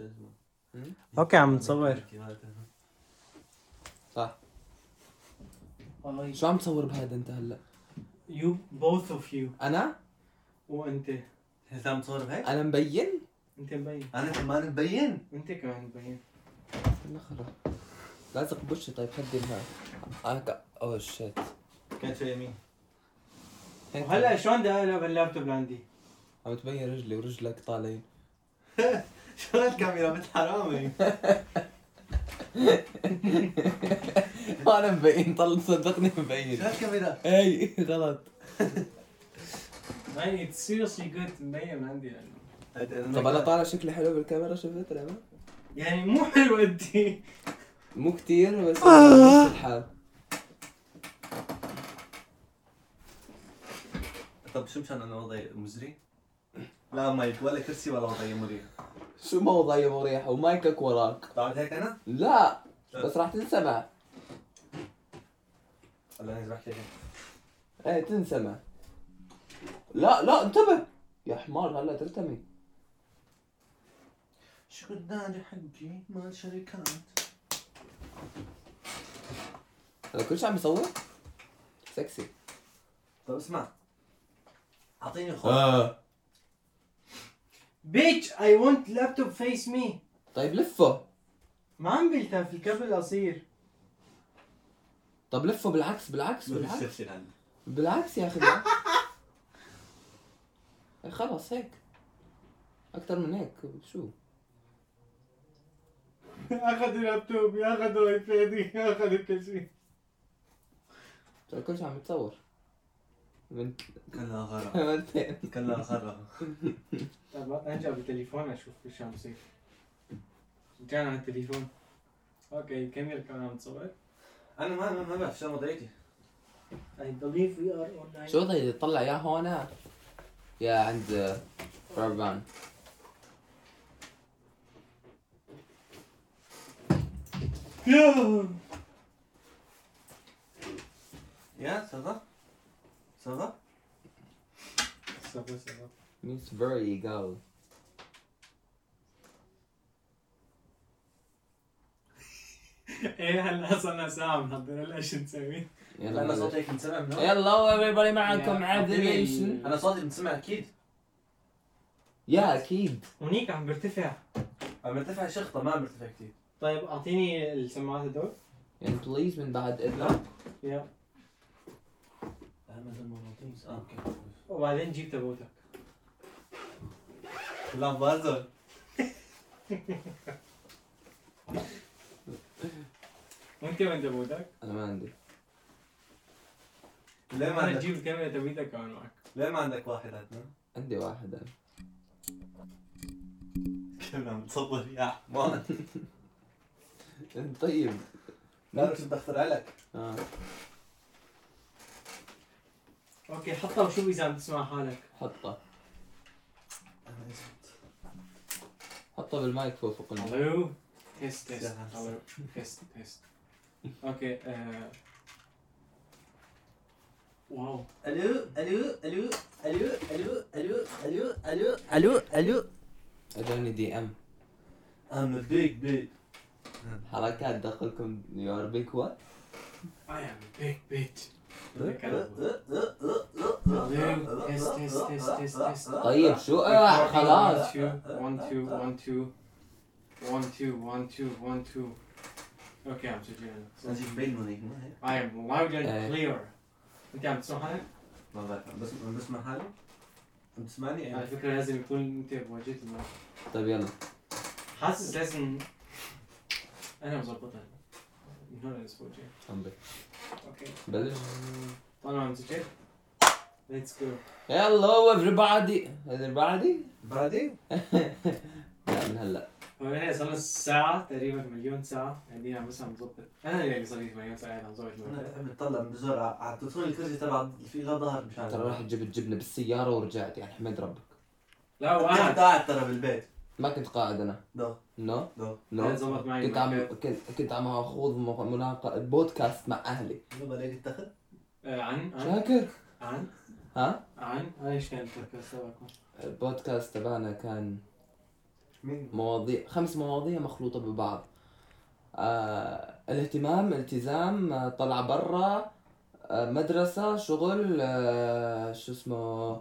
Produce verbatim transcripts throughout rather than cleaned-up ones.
اوكي عم نصور. صح. شو عم تصور بهذا انت هلا؟ You both of you. انا؟ وانت. انت عم تصور بهيك؟ انا مبين؟ انت مبين. انا كمان مبين؟ انت كمان مبين. لا خلاص. لازق بوشي. طيب خدي لها. هكا. اوه شيت. كانت في اليمين. وهلا شلون بدي اقلب اللابتوب لعندي؟ عم تبين رجلي ورجلك طالعين. شو هالكاميرا مثل حرامي. انا مبين. طلع صدقني مبين. شو هالكاميرا؟ اي غلط. Man, it's seriously good مبين عندي لانه. طب انا طالع شكلي حلو بالكاميرا شفت لما؟ يعني مو حلو انت. مو كتير بس نفس الحال. طب شو مشان انا وضعي مزري؟ لا مايك ولا كرسي ولا وضعي مريح. شو موضعي مريح ومايكك وراك؟ بعد هيك انا؟ لا بس راح تنسمع. هلا انا بحكي هيك. ايه تنسمع. لا لا انتبه يا حمار هلا ترتمي. شو قدامي حقي مال شركات. هلا كل شيء عم يصور؟ سكسي. طب اسمع اعطيني خط. اه Bitch, I want laptop face me. طيب لفه. ما عم بيلتف الكابل قصير. طب لفه بالعكس بالعكس بالعكس. بالعكس. بالعكس يا اخي بالعكس. خلص هيك. اكثر من هيك شو؟ اخذوا اللابتوب اخذوا ايبادي اخذوا كل شيء. ترى كل شيء عم يتصور. من كلا غرا. كاميرتين. كلا غرا. طب ارجع بالتليفون اشوف ايش عم يصير. رجعنا على التليفون. اوكي الكاميرا كمان عم تصور. انا ما ما بعرف شو وضعيتي. I believe we are online. شو بدي تطلع يا هون يا عند ربان. يا يا صافا صافا صافا صافا. Miss very go. ايه هلا صرنا ساعة محضر هلا ايش نسوي؟ انا صوتي هيك منسمع من هون. يلا everybody معكم يا عبداليشن. انا صوتي منسمع اكيد. يا اكيد. هونيك عم برتفع. عم مرتفع شخطه ما عم مرتفع كثير. طيب اعطيني السماعات هدول. يعني بليز من بعد اذنك. يا اهم المغناطيس. اه اوكي. وبعدين جيب تبوتك. لا بازل. وانت وين تبوتك؟ انا ما عندي. ليه ما انا عندك؟ تجيب الكاميرا تبيتك كمان معك. ليه ما عندك واحد عندنا؟ عندي واحد انا. كيف عم تصور يا حمار؟ طيب. لا شو بدي اخترع لك؟ اه اوكي حطها وشوف اذا عم تسمع حالك. حطه. انا اسكت. حطه بالمايك فوق فوق المايك. الو تيست تيست يا حسن. الو تيست تيست. اوكي آه. واو. الو الو الو الو الو الو الو الو الو الو. اجاني دي ام. I'm a big big. حركات دخلكم يور بيج وات. I am a big bitch. الو تيست تيست تيست تيست تيست. طيب شو آه خلاص. one two one two one two one two one two. اوكي عم سجل. نجيب بين هونيك ما هيك؟ I am loud and إيه. clear. انت عم تسمع حالك؟ ما بعرف بس عم بسمع حالي؟ عم تسمعني؟ على ايه؟ فكرة لازم يكون انت بوجهة المايك. طيب يلا. حاسس لازم انا مظبطها من هون لازم وجهي. عم بك. اوكي بلش. طالما عم تسجل. Let's go. Hello everybody. everybody. بعدي؟ لا من هلا. هو هنا صار لنا ساعة تقريبا مليون ساعة قاعدين عم بس عم نظبط. انا اللي صار لي مليون ساعة قاعد عم نظبط انا الموضوع. عم بتطلع بسرعة عم تدخل الكرسي تبع في له ظهر مش عارف. ترى رحت جبت جبنه بالسياره ورجعت يعني حمد ربك. لا انا وقاعد قاعد ترى بالبيت. ما كنت قاعد انا. لا نو لا نو. زبط معي كنت عم المايكات. كنت كنت عم اخوض مناقشه بودكاست مع اهلي. يلا ليك اتخذ. آه، عن عن شاكر. عن ها عن عن ايش كان البودكاست تبعكم؟ البودكاست تبعنا كان مين؟ مواضيع خمس مواضيع مخلوطة ببعض. آه الاهتمام، التزام، آه طلع برا، آه مدرسة، شغل، آه شو اسمه،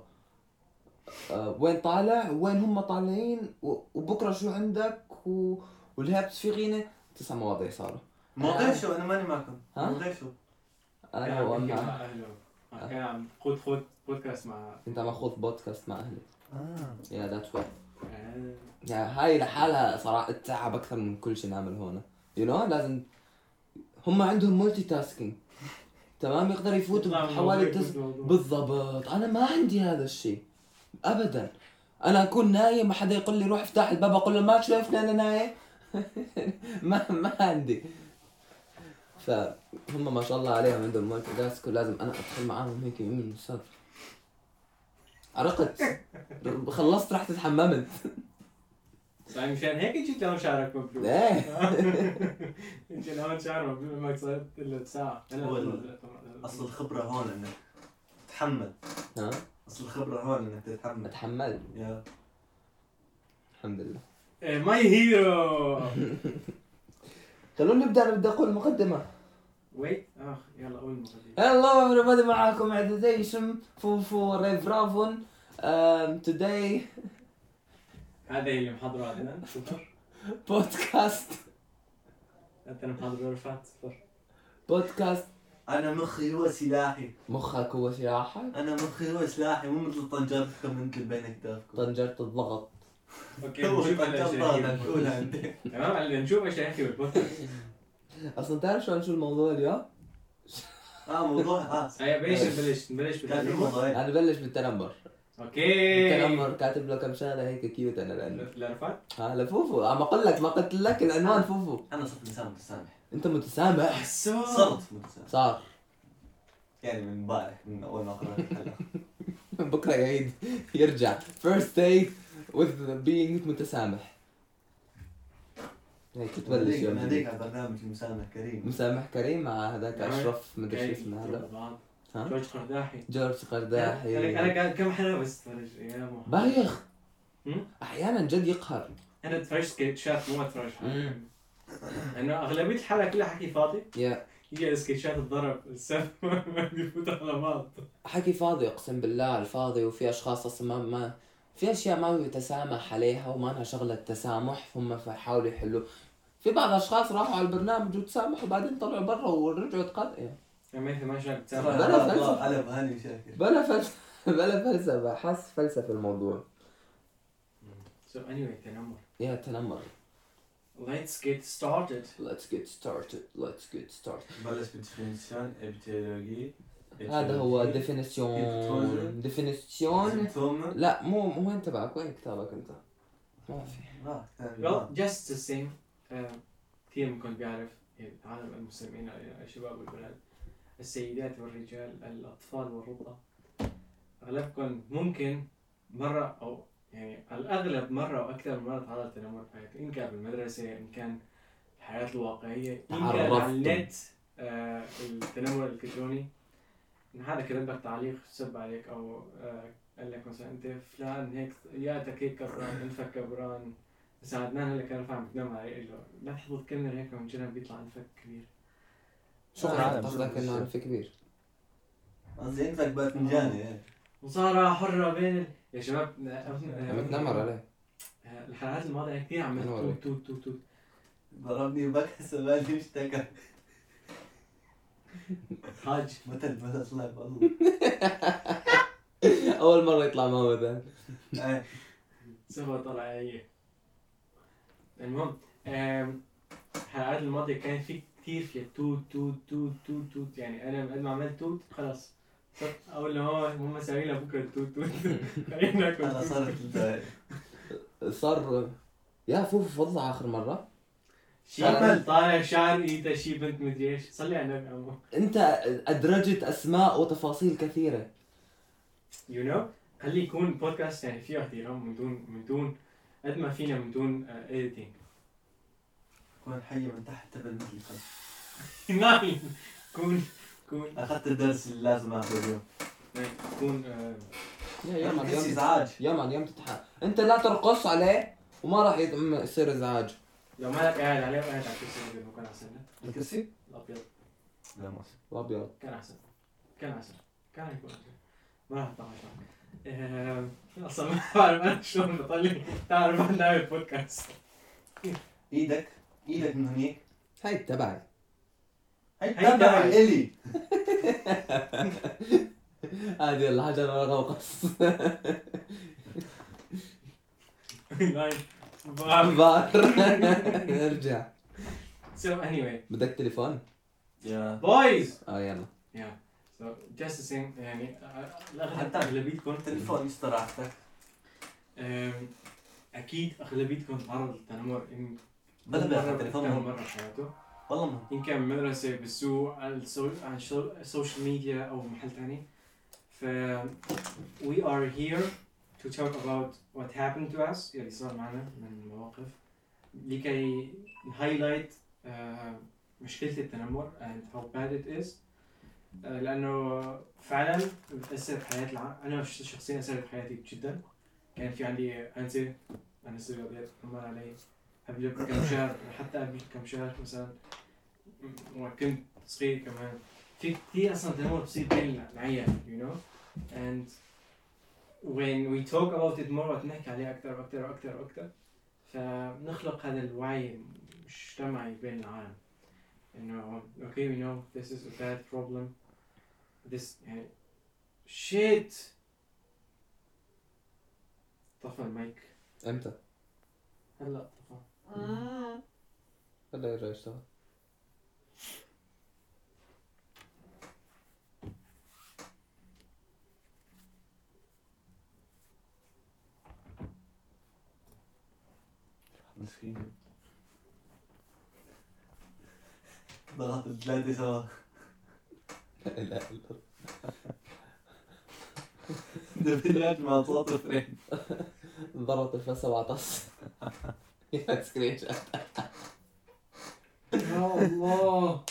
آه وين طالع، وين هم طالعين، و- وبكرة شو عندك، و... والهبس في غينة. تسع مواضيع صاروا. مواضيع شو؟ انا ماني معكم. ها؟ مواضيع شو؟ كان انا عم وأنا يحكي مع اهله. آه، كان عم خد خد بودكاست مع كنت عم اخذ بودكاست مع اهلي. اه يا ذاتس واي. آه. يعني هاي لحالها صراحة تعب اكثر من كل شيء نعمل هون. يو you نو know? لازم هم عندهم مولتي تاسكينج. تمام، يقدر يفوتوا يطلع من بحوالي موضوع تس... يفوت موضوع. بالضبط. انا ما عندي هذا الشيء ابدا. انا اكون نايم ما حدا يقول لي روح افتح الباب اقول له ما شايفني انا نايم. ما ما عندي. فهم ما شاء الله عليهم عندهم مولتي تاسك، ولازم انا ادخل معاهم هيك يمين يسار. عرقت. خلصت رحت اتحممت. يعني مشان هيك جيت لهون شعرك مبلول. ايه انت لهون شعر مبلول ما صارت الا ساعة. هو ال- اصل الخبرة هون انك تتحمل. ها اصل الخبرة هون انك تتحمل. اتحمل يا الحمد لله. ماي هيرو. خلونا نبدا. انا بدي اقول المقدمه. ويت اخ يلا قول المقدمة. Hello everybody, معاكم عدديشم فوفو ريفرافون. um, today هذا اللي محضره عندنا صفر. بودكاست انت محضره رفعت صفر. بودكاست انا مخي هو سلاحي. مخك هو سلاحك. انا مخي هو سلاحي، مو مثل طنجرتكم انت اللي بين اكتافكم. طنجرة الضغط. اوكي هو نشوف ايش طنجرة يحكي نقول عندي. تمام هلا نشوف ايش يحكي بالبودكاست. اصلا تعرف شو شو الموضوع اليوم؟ اه موضوع اه هيا بلش نبلش نبلش كان في بالتنمر. موضوع. انا بلش بالتنمر. اوكي. التنمر كاتب له كم شغله هيك كيوت انا لانه لرفعت. ها لفوفو. عم اقول لك ما قلت لك العنوان فوفو. انا صرت انسان متسامح. انت متسامح. صرت متسامح. صار. صار يعني من امبارح من اول ما قرأت الحلقة. بكره يعيد يرجع first day with being متسامح. هيك تبلش هذيك يوم هذيك جديد. على برنامج المسامح كريم. مسامح كريم مع هذاك نعم. اشرف مدري شو اسمه هذا. ها؟ جورج قرداحي. جورج انا قرداحي. انا قاعد كم حلقه بس اتفرج يا محمد. بايخ. هم؟ احيانا جد يقهر. انا اتفرج سكتشات مو اتفرج حلقة. مم. لانه اغلبيه الحلقه كلها حكي فاضي. يا يجي سكتشات الضرب السب ما بيفوت على بعض. حكي فاضي اقسم بالله على الفاضي. وفي اشخاص اصلا ما, ما في اشياء ما بيتسامح عليها وما لها شغله تسامح، هم فحاولوا يحلوا. في بعض الاشخاص راحوا على البرنامج وتسامحوا وبعدين طلعوا برا ورجعوا تقل يعني. يعني انت ما شايف بلا تسامح. فلسفة. على هاني شاكر. بلا فلسفه. بلا فلسفه. حس فلسفه الموضوع. So anyway تنمر. يا تنمر. Let's get started. Let's get started. Let's get started. بلش بديفينيسيون ابتيولوجي. هذا هو definition. definition. سيمتوم. لا مو مو وين تبعك؟ وين كتابك انت؟ ما في. اه Well just the same. آه، كثير منكم بيعرف يعني عالم المسلمين الشباب والبنات، السيدات والرجال، الأطفال والرضع، أغلبكم ممكن مرة أو يعني الأغلب مرة أو أكثر من مرة تعرض للتنمر في حياته، إن كان بالمدرسة، إن كان الحياة الواقعية، إن كان على تعرضتم. النت. آه التنمر الإلكتروني إن هذا كتب لك تعليق سب عليك أو آه قال لك مثلا أنت فلان هيك ياتك هيك كبران أنفك كبران. بس عدنان هلا كان رفع متنمر عليه قال له لا تحفظ كلمة هيك من جنب بيطلع أنفك كبير. شو آه، قصدك انه عنف كبير؟ قصدي انت باذنجاني. مصارعة حرة بين ال... يا شباب متنمر عليه. الحلقات الماضية كثير عملت أنا توت توت توت توت. ضربني وبكى سبالي اشتكى. حاج مثل مثل طلع والله. اول مره يطلع معه مثلا. إيه. سوى طلع هي. المهم آم، الحلقات الماضية كان في كثير فيها توت توت توت توت توت يعني أنا قد ما عملت توت خلاص صرت أقول له هو هم ساوي لنا بكرة توت توت. خلينا ناكل انا توت. صارت الداي. صار يا فوفو فضل اخر مره. شي بنت طالع شعر ايده شي بنت مدري ايش صلي على النبي عمو. انت ادرجت اسماء وتفاصيل كثيره. يو نو خلي يكون بودكاست يعني فيه احترام من دون من دون قد ما فينا من دون ايديتنج. كون حي من تحت تبل مثل الخلف. نايم كون كون اخذت الدرس اللي لازم اخذه اليوم. كون آه، يا يوم عن بحس يوم ازعاج. يوم عن يوم تتحقق. انت لا ترقص عليه وما راح يدعم يصير ازعاج. لو مالك قاعد عليه وقاعد على الكرسي الابيض مو كان احسن لك؟ الكرسي؟ الابيض لا ما الابيض كان احسن كان احسن كان يكون احسن ما راح اتناقش معك. آه، اصلا ما بعرف انا شلون بطلع تعرف عن نعمل بودكاست. ايدك ايدك من هنيك. هاي تبعي. هي هي تبع تبعي. الي. هذه الحجر والغوقص. لاين بار. بار. نرجع. So anyway, بدك تليفون؟ يا boys. اه يلا. Yeah. So just the same يعني الأغلب حتى أغلبيتكم تليفون استراحتك. أم، أكيد أغلبيتكم تعرض للتنمر إن بلا بلا مرة التليفون كم مهم. مرة بحياته. والله مهم. إن كان مدرسة بالسوق على السو- على الشو- السوشيال ميديا أو محل تاني. ف we are here to talk about what happened to us اللي صار معنا من مواقف لكي نهايلايت مشكلة التنمر and how bad it is. آه، لأنه فعلا بتأثر بحياة الع... أنا شخصيا أثرت بحياتي جدا. كان في عندي أنسة أنسة رياضيات تنمر علي قبل كم شهر حتى قبل كم شهر مثلا م- وكنت صغير كمان. في كثير أصلا تنمر بصير بين العيال you know and when we talk about it more نحكي عليه أكثر وأكثر وأكثر وأكثر فنخلق هذا الوعي مجتمعي بين العالم إنه okay we know this is a bad problem this يعني shit. طفى المايك. امتى؟ هلا طفى. هلا يرجع يشتغل. مسكين. ضغط الثلاثة سوا. لا اله الا الله. دبلات مع صوت فريم. ضربت الفسة وعطس. يا سكرين شوت. يا الله.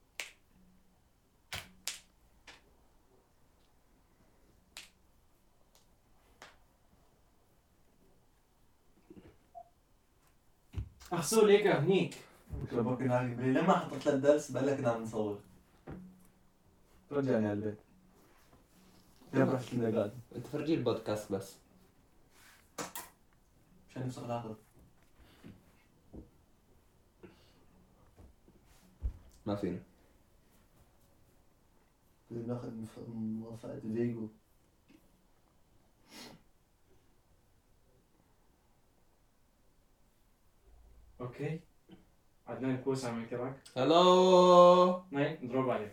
أخسر ليك هنيك. بكره بكره هاي ليه ما حطيت لك درس بقول لك عم نصور. رجعني على البيت. يا رحت لنا قاعد. انت فرجي البودكاست بس. مشان نفسخ الاخر. ما فينا. لازم ناخذ موافقة فيجو. أوكي. عدنان كوس عم يتابعك. هلو. ناي نضرب عليه.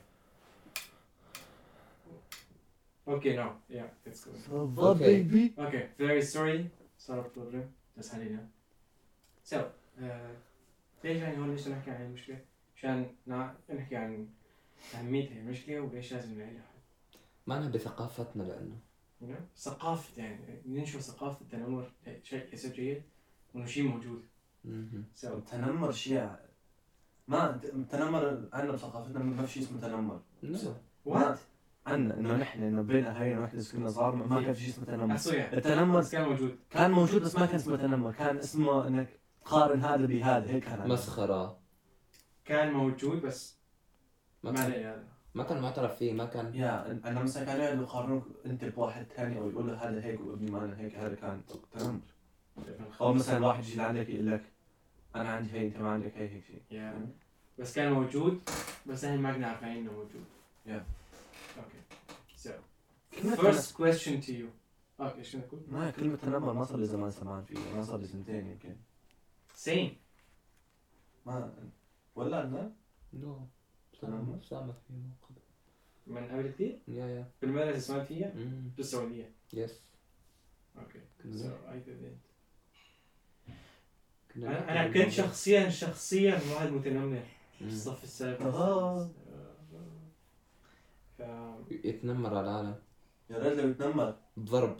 Okay now yeah it's good. Okay. Okay very sorry صار problem بس حلينا. So uh, ليش يعني هون ليش نحكي عن المشكلة؟ عشان نع- نحكي عن أهمية هي المشكلة وليش لازم نلاقي لها حل. معنا بثقافتنا لأنه you know ثقافة يعني ننشر ثقافة التنمر شيء ليس جيد وإنه شيء موجود. مهم. So التنمر شيء ما التنمر عندنا بثقافتنا ما في شيء اسمه تنمر. لا. what؟ عندنا انه نحن انه بين اهالينا واحنا كنا صغار ما كان في شيء اسمه تنمر. أصلا التنمر بس كان موجود. كان موجود بس ما كان اسمه تنمر، كان اسمه انك تقارن هذا بهذا هيك كان. مسخرة. كان موجود بس ما ما كان لاقي هذا. ما كان معترف فيه ما كان. يا انا مثلا كانوا يقعدوا يقارنوك انت بواحد ثاني او يقول له هذا هيك وابني ما انا هيك، هذا كان تنمر. او مثلا واحد يجي لعندك يقول لك انا عندي هي انت ما عندك هي هيك شيء. yeah. بس كان موجود بس احنا ما كنا عارفين انه موجود. Yeah. Okay. So first question to you. اه ايش كنت تقول؟ ما كلمة تنمر ما صار لي زمان سمعان فيه، ما صار لي سنتين يمكن. Same. ما ولا عندنا؟ نو. تنمر؟ سامع فيه من قبل. من قبل كثير؟ يا يا. في المدرسة سمعت فيها؟ مم. بالسعودية. يس. Okay. كنا- So I didn't. كنا أنا نحكي أنا عن كنت الموضوع. شخصيا شخصيا واحد متنمر في مم. الصف السابع. آه. ف يتنمر على العالم يا رجل لو يتنمر. بضرب.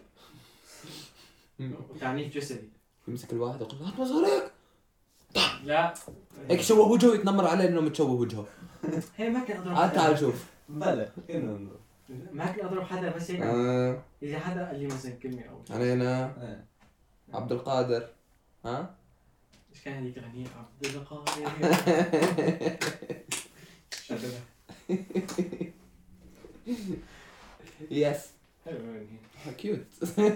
وتعنيف جسدي. يمسك الواحد يقول له هات مصاريك. لا هيك شوه وجهه ويتنمر عليه انه متشوه وجهه. هي ما كان اضرب عاد حدا. تعال شوف. بلا كنا ننظر. ما كان اضرب حدا بس هيك آه. اذا حدا قال لي مثلا كلمه او شيء. علينا ايه عبد القادر ها؟ ايش كان هذيك الأغنية عبد القادر شغلها يس حلوة الأغنية كيوت.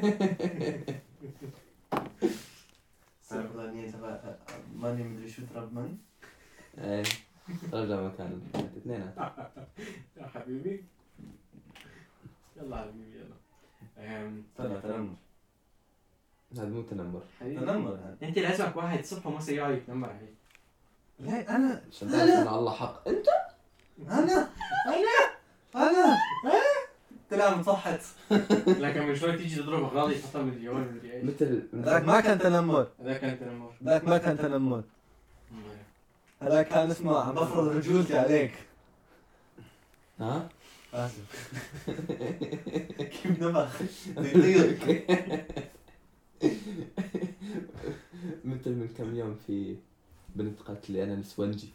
عارف الأغنية تبع ماني مدري شو تراب ماني؟ ايه رجع مكان اثنين. يا حبيبي يلا حبيبي يلا. أم، طلع تنمر هذا مو تنمر. حبيبي تنمر هذا. انت لازمك واحد الصبح وما سيارة يتنمر عليك. لا أنا عشان تعرف ان الله حق. انت أنا أنا أنا طلع مصحت. لكن من شوي تيجي تضرب اغراضي تحطها من اليوم مدري ايش. مثل ذاك ما كان تنمر. هذا كان تنمر. ذاك ما كان تنمر. هذا كان اسمه عم بفرض رجولتي عليك. ها؟ آسف. كيف نفخ يطير. مثل من كم يوم في بنت قالت لي انا نسونجي.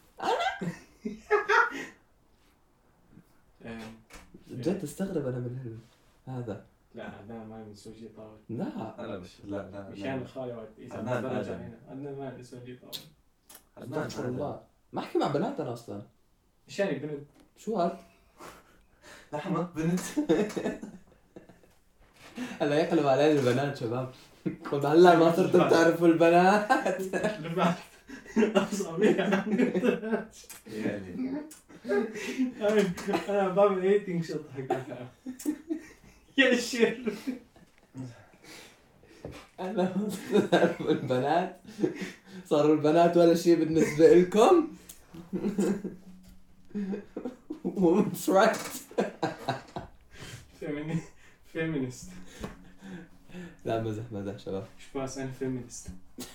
أم، جد استغرب انا من هال- هذا. لا انا ما نسوي شيء طاول. لا أنا مش لا لا مشان الخالي وقت اذا عدنان ما آدم. هنا عندنا ما نسوي شيء طاول. استغفر الله. ما احكي مع بنات انا اصلا. مشان البنت شو هاد؟ لحمة بنت. هلا يقلب علي البنات شباب. طب هلا ما صرتوا بتعرفوا البنات. رفعت اصابعي يعني انا بعمل ايتنج شو اضحك يا شير. انا ما صرتوا تعرفوا البنات. صاروا البنات ولا شيء بالنسبة لكم. Women's rights. فيمينست. لا مزح مزح شباب. مش باس انا فيمينست.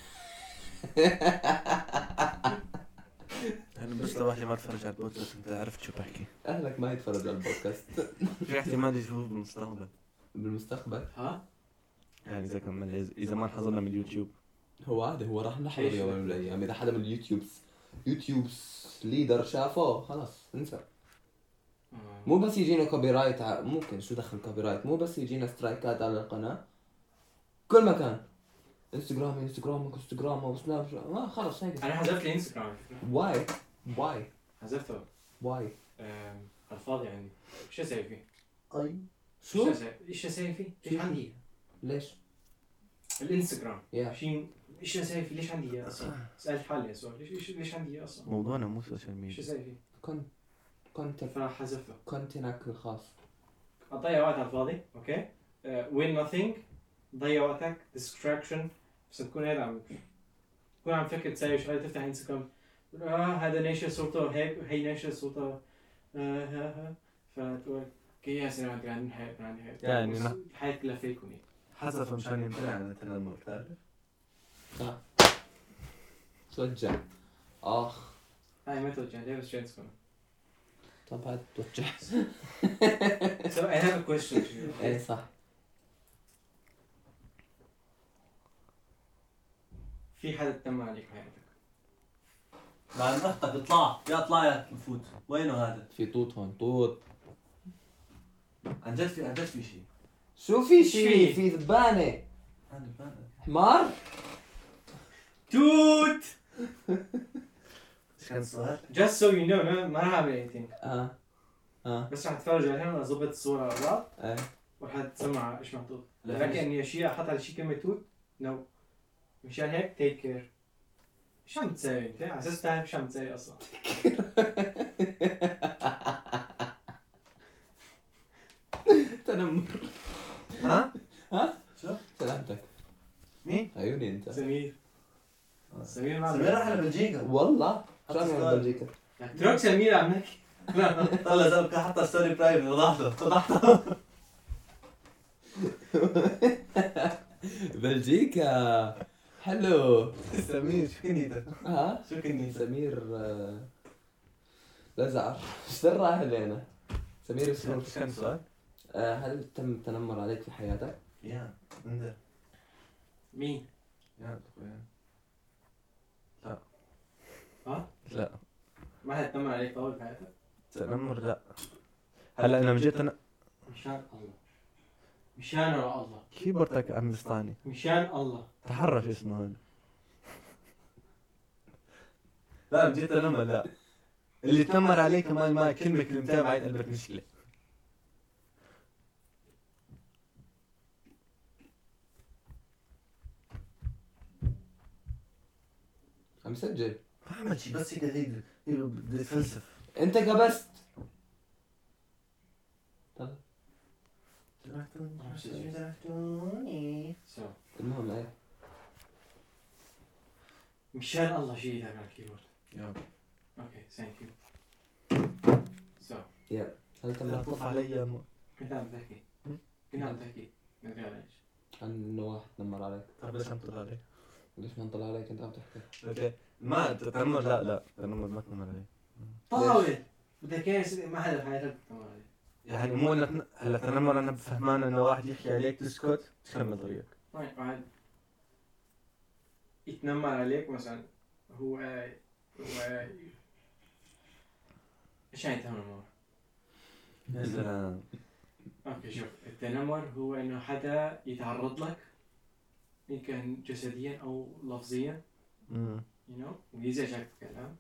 أنا بس لو واحد ما تفرج على البودكاست أنت عرفت شو بحكي. اهلك ما يتفرجوا على البودكاست. في احتمال يشوفوه بالمستقبل. بالمستقبل. ها؟ يعني إذا كمل إذا ما حضرنا من اليوتيوب. هو عادي هو راح نحضر إيش؟ يوم من الايام اذا حدا من اليوتيوب يوتيوب ليدر شافه خلاص انسى. مو بس يجينا كوبي رايت ع... ممكن شو دخل كوبي رايت. مو بس يجينا سترايكات على القناة كل مكان. انستغرام انستغرام انستغرام وسناب شات ما خلص هيك. انا حذفت لي انستغرام. واي واي حذفته. واي أم، الفاضي عندي. ايش اسوي فيه؟ أي. شو ايش اسوي؟ ايش اسوي فيه؟ ايش عندي؟ ليش الانستغرام. يا شيء ايش اسوي فيه؟ ليش عندي اياه اصلا؟ سألت حالي السؤال ليش ليش ليش عندي اياه اصلا؟ موضوعنا مو سوشيال ايش ميديا. اسوي فيه؟ كنت كنت فحذفته. كونتينك الخاص. اضيع وقت على الفاضي، اوكي؟ وين nothing. ضيع وقتك distraction. بس تكون هذا عم تكون عم تفكر تسوي شغله تفتح انستغرام. اه هذا ناشر صورته هيك وهي ناشر صورته آه ها ها فتقول كي يا سلام عندي عندي حياة عندي حياة. يعني بس نح- الحياة كلها فيك ونيك. حذف مشان يمتنع عن التنمر تعرف. صح توجع اخ. هاي ما توجه ليه بس شو انستغرام. طب هاد توجع. So I have a question to you. ايه صح. في حدا تنمر عليك بحياتك؟ بعد اختك اطلع يا اطلع يا نفوت. وينه هذا؟ في طوط هون طوط. عن جد في عن جد في شيء. شو في في؟ شيء في ذبانة هذا هذا. حمار. توت. ايش كان السؤال؟ Just so you know ما ما راح اعمل anything. اه اه بس راح اتفرج عليهم اضبط الصورة على بعض ايه وراح تسمع ايش محطوط. لا، لكن ليش؟ اني اشياء احط على شيء كلمة توت نو. مشان هيك تيك كير. ايش عم تسوي انت؟ على اساس تعرف ايش عم تسوي اصلا. تنمر. ها؟ ها؟ شو؟ سلامتك. مين؟ عيوني انت. سمير. سمير ما سمير راح على بلجيكا. والله حط شو عم سؤال. يعمل بلجيكا؟ اترك سمير عم نحكي. طلع زلمة حتى ستوري برايفت فضحته فضحته. بلجيكا حلو. سمير شو كنيتك؟ ها؟ شو كنيتك؟ سمير آه، لا زعر. ايش درى اهلنا؟ سمير اسمه ايش كان السؤال؟ آه، هل تم التنمر عليك في حياتك؟ يا انذر مين؟ يا اخويا. لا ها؟ لا ما حد تنمر عليك طول في حياتك؟ تنمر لا. هلا انا جيت انا مشان الله. مشان الله. كيبورتك عم يسطعني. مشان الله. تحرش اسمه هذا. لا بجد تنمر لا. اللي تنمر عليك كمان ما كلمة كلمتين بعد قلبك مشكلة. عم سجل. ما عمل شي بس هيك هي هي بدي تفلسف. انت كبست. طلع. سو المهم ايه. مشان الله شيء يدعم على الكيبورد. يا اوكي ثانك يو. سو يلا هل تم لا طف علي م... كنت عم تحكي كنت عم تحكي ما ادري ليش. انه واحد تنمر عليك. طيب ليش عم تطلع علي؟ ليش ما نطلع عليك انت عم تحكي؟ اوكي ما تنمر لا لا تنمر ما تنمر علي. طاول بدك اياه ما حدا بحياتك تنمر عليه. يعني مو انك هلا تنمر انا بفهمان انه واحد يحكي عليك تسكت تكمل طريقك. طيب واحد يتنمر عليك مثلا هو هو ايش يعني تنمر؟ يا سلام. اوكي شوف التنمر هو انه حدا يتعرض لك ان كان جسديا او لفظيا امم you know ويزعجك بكلام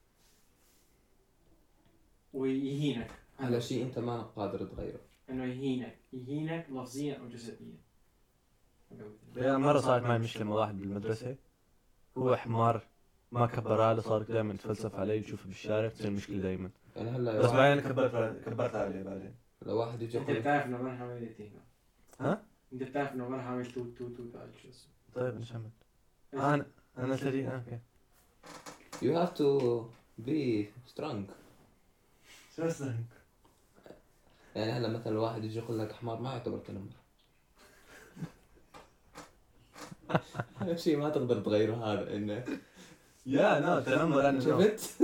ويهينك على شيء انت ما قادر تغيره. انه يهينك يهينك لفظيا او جسديا. يعني مرة صارت معي مشكلة مع واحد بالمدرسة هو حمار ما كبر له صار دائما يتفلسف علي ويشوفه بالشارع تصير مشكلة دائما. يعني هلا بس واحد- بعدين كبرت كبرت عليه بعدين. لو واحد يجي انت يقول لك بتعرف انه ما رح اعمل اثنين. ها؟ انت بتعرف انه ما رح اعمل تو تو تو تو شو اسمه. طيب ايش عملت؟ انا انا ثلاثين اوكي. you have to be strong. شو اسمك؟ يعني هلا مثلا واحد يجي يقول لك حمار ما يعتبر تنمر. هذا شيء ما تقدر تغيره هذا انه يا لا تنمر انا شفت؟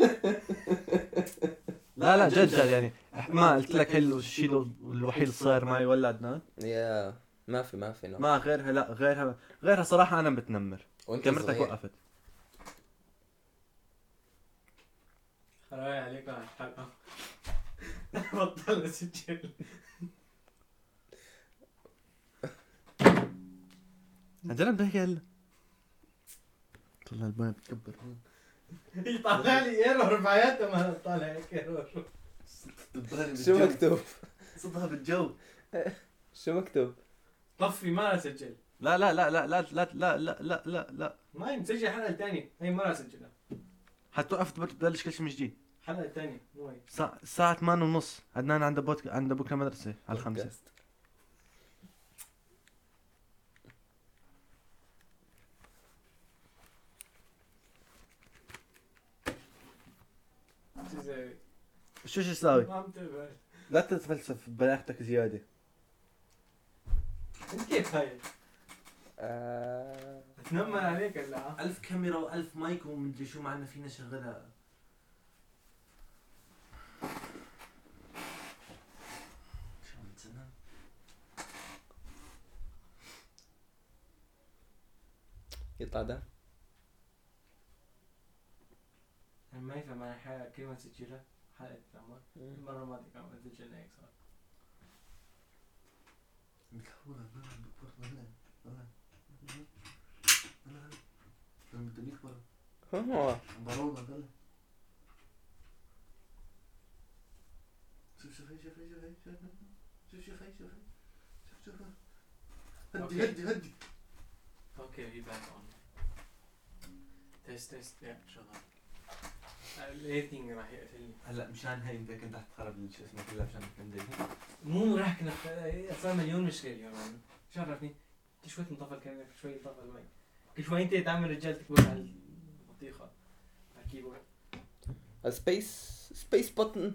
لا لا جد جد يعني ما قلت لك هي الشيء الوحيد اللي صار معي ولا عدنان يا ما في ما في نوع. ما غيرها لا غيرها غيرها صراحة انا بتنمر. وانت كاميرتك صغير. وقفت. خلاص عليك على الحلقة. بطل اسجل. عندنا بحكي هلا. طلع الباب بتكبر. يطلع لي ايرور بحياته ما طالع هيك ايرور. شو مكتوب؟ صدها بالجو. شو مكتوب؟ طفي ما اسجل. لا لا لا لا لا لا لا لا لا لا لا ما نسجل حلقة ثانية هي مرة اسجلها. حتوقف تبلش كل شيء من جديد. حلقة ثانية مو هي. الساعة الساعة ثمانية ونص عدنان عنده بوت عنده بكرة مدرسة على الخمسة. بودكاست. شو اسوي؟ شو شو تساوي؟ ما عم تقبل. لا تتفلسف بلاغتك زيادة. انت كيف هاي؟ آه... تنمر عليك ولا؟ ألف كاميرا وألف مايك ومدري شو معنا فينا شغلها. شو عم تسنى؟ يطلع ده. انا ما يفهم انا حلقة كلمة سجلها حلقة تنمر. المرة الماضية كانت سجلنا هيك صار. متحولة لا بكبر ولا ولا ولا لما بدي يكبر هو بروضة ولا شوف شوف هي شوف هي شوف هي شوف شوف هي شوف شوف شوف هدي هدي هدي. اوكي we back on. تست تست يا شغال. الايديتنج راح يقفلني. هلا مشان هي انت كنت رح تخرب شو اسمه كلها مشان تكمل. مو راح كنا صار مليون مشكلة اليوم يعني. شرفني. كل شوي تنطفى الكاميرا كل شوي ينطفى المايك. كل شوي انت تعمل رجال تكبر على البطيخة على الكيبورد. سبيس سبيس بوتن.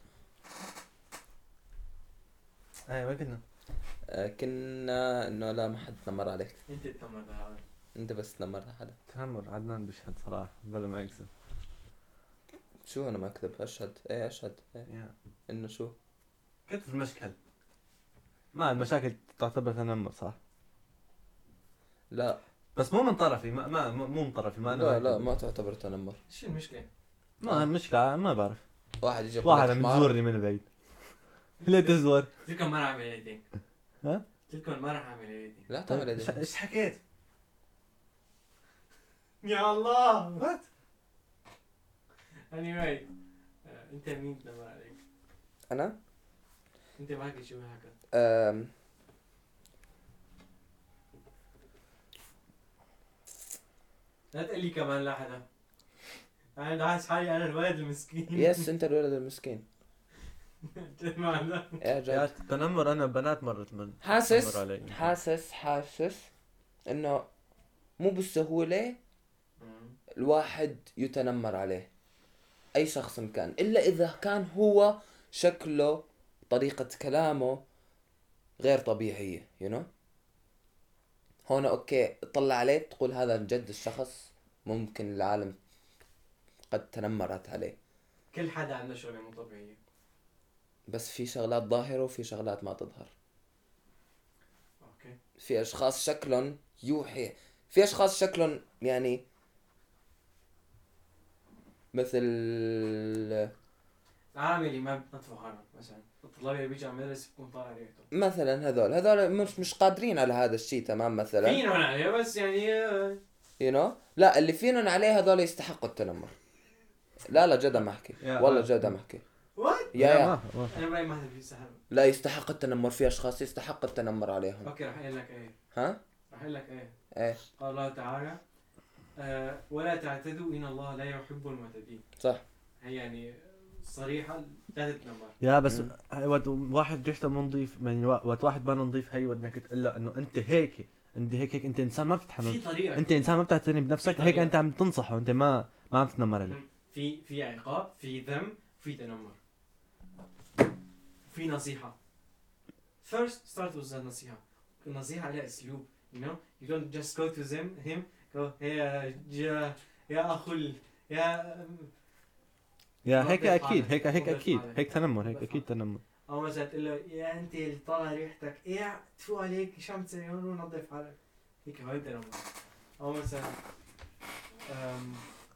ايه وين كنا؟ كنا انه لا ما حد تنمر عليك. انت تتنمر بهذا. انت بس تنمر على حدا. تنمر عدنان بشهد صراحة بلا ما يكسب. شو انا ما اكذب اشهد ايه اشهد ايه. يا انه شو كنت في المشكل. ما المشاكل تعتبر تنمر صح؟ لا بس مو من طرفي ما ما مو من طرفي ما انا لا لا ما تعتبر تنمر. شو المشكلة؟ ما المشكلة ما بعرف. واحد يجي يقول واحد لك عم حمار. يزورني من بعيد. ليه تزور؟ تلكم ما راح اعمل ايديتنج. ها؟ تلكم ما راح اعمل ايديتنج. لا تعمل ايش ايديت. ايش حكيت؟ يا الله. وات؟ anyway آه، انت مين تنمر عليك؟ انا انت معك شو هكذا؟ أم... لا تقول لي كمان لا حدا. انا حاسس حالي انا الولد المسكين. يس انت الولد المسكين معنا. يا يا جد. تنمر انا بنات مرت من حاسس تنمر علي. حاسس حاسس انه مو بالسهولة الواحد يتنمر عليه اي شخص كان، الا اذا كان هو شكله طريقة كلامه غير طبيعية you know. هون اوكي تطلع عليه تقول هذا جد الشخص ممكن العالم قد تنمرت عليه، كل حدا عنده شغله مو طبيعيه. بس في شغلات ظاهرة وفي شغلات ما تظهر. اوكي. في اشخاص شكلهم يوحي، في اشخاص شكلهم يعني مثل العالم اللي ما بتنظفوا حالهم، مثلا الطلاب اللي بيجي على المدرسه بكون طالع ريحته. مثلا هذول هذول مش مش قادرين على هذا الشيء تمام مثلا. فينهم عليه بس يعني آه، you know. لا اللي فينهم عليه هذول يستحقوا التنمر. لا لا جد ما احكي والله جد ما احكي. وات؟ يا يا انا برايي ما حدا بيستحق. لا يستحق التنمر، في اشخاص يستحق التنمر عليهم. اوكي رح اقول لك ايه. ها رح اقول لك ايه. ايه قال الله تعالى آه ولا تعتدوا ان الله لا يحب المعتدين. صح. هي يعني صريحه لا تتنمر. يا بس هاي وقت واحد ريحته مو نظيف، يعني وقت واحد ما نظيف هي بدك تقول له انه انت هيك انت هيك هيك انت انسان ما في بتتحمل، طريقه، انت انسان ما بتعتني بنفسك، في هيك طريقة. انت عم تنصحه، انت ما ما عم تتنمر عليه. في في عقاب، في ذم، في تنمر، في نصيحة. First start with النصيحة. النصيحة عليها أسلوب. You know, you don't just go to them him go يا جا يا أخو ال- يا يا هيك نظف اكيد حالك، هيك هيك نظف اكيد حالك. هيك تنمر، هيك نظف اكيد تنمر. أو مثلا تقول له يا أنت اللي طالع ريحتك إيه تفو عليك شو عم تسوي هون ونظف حالك. هيك هاي تنمر. أو مثلا أم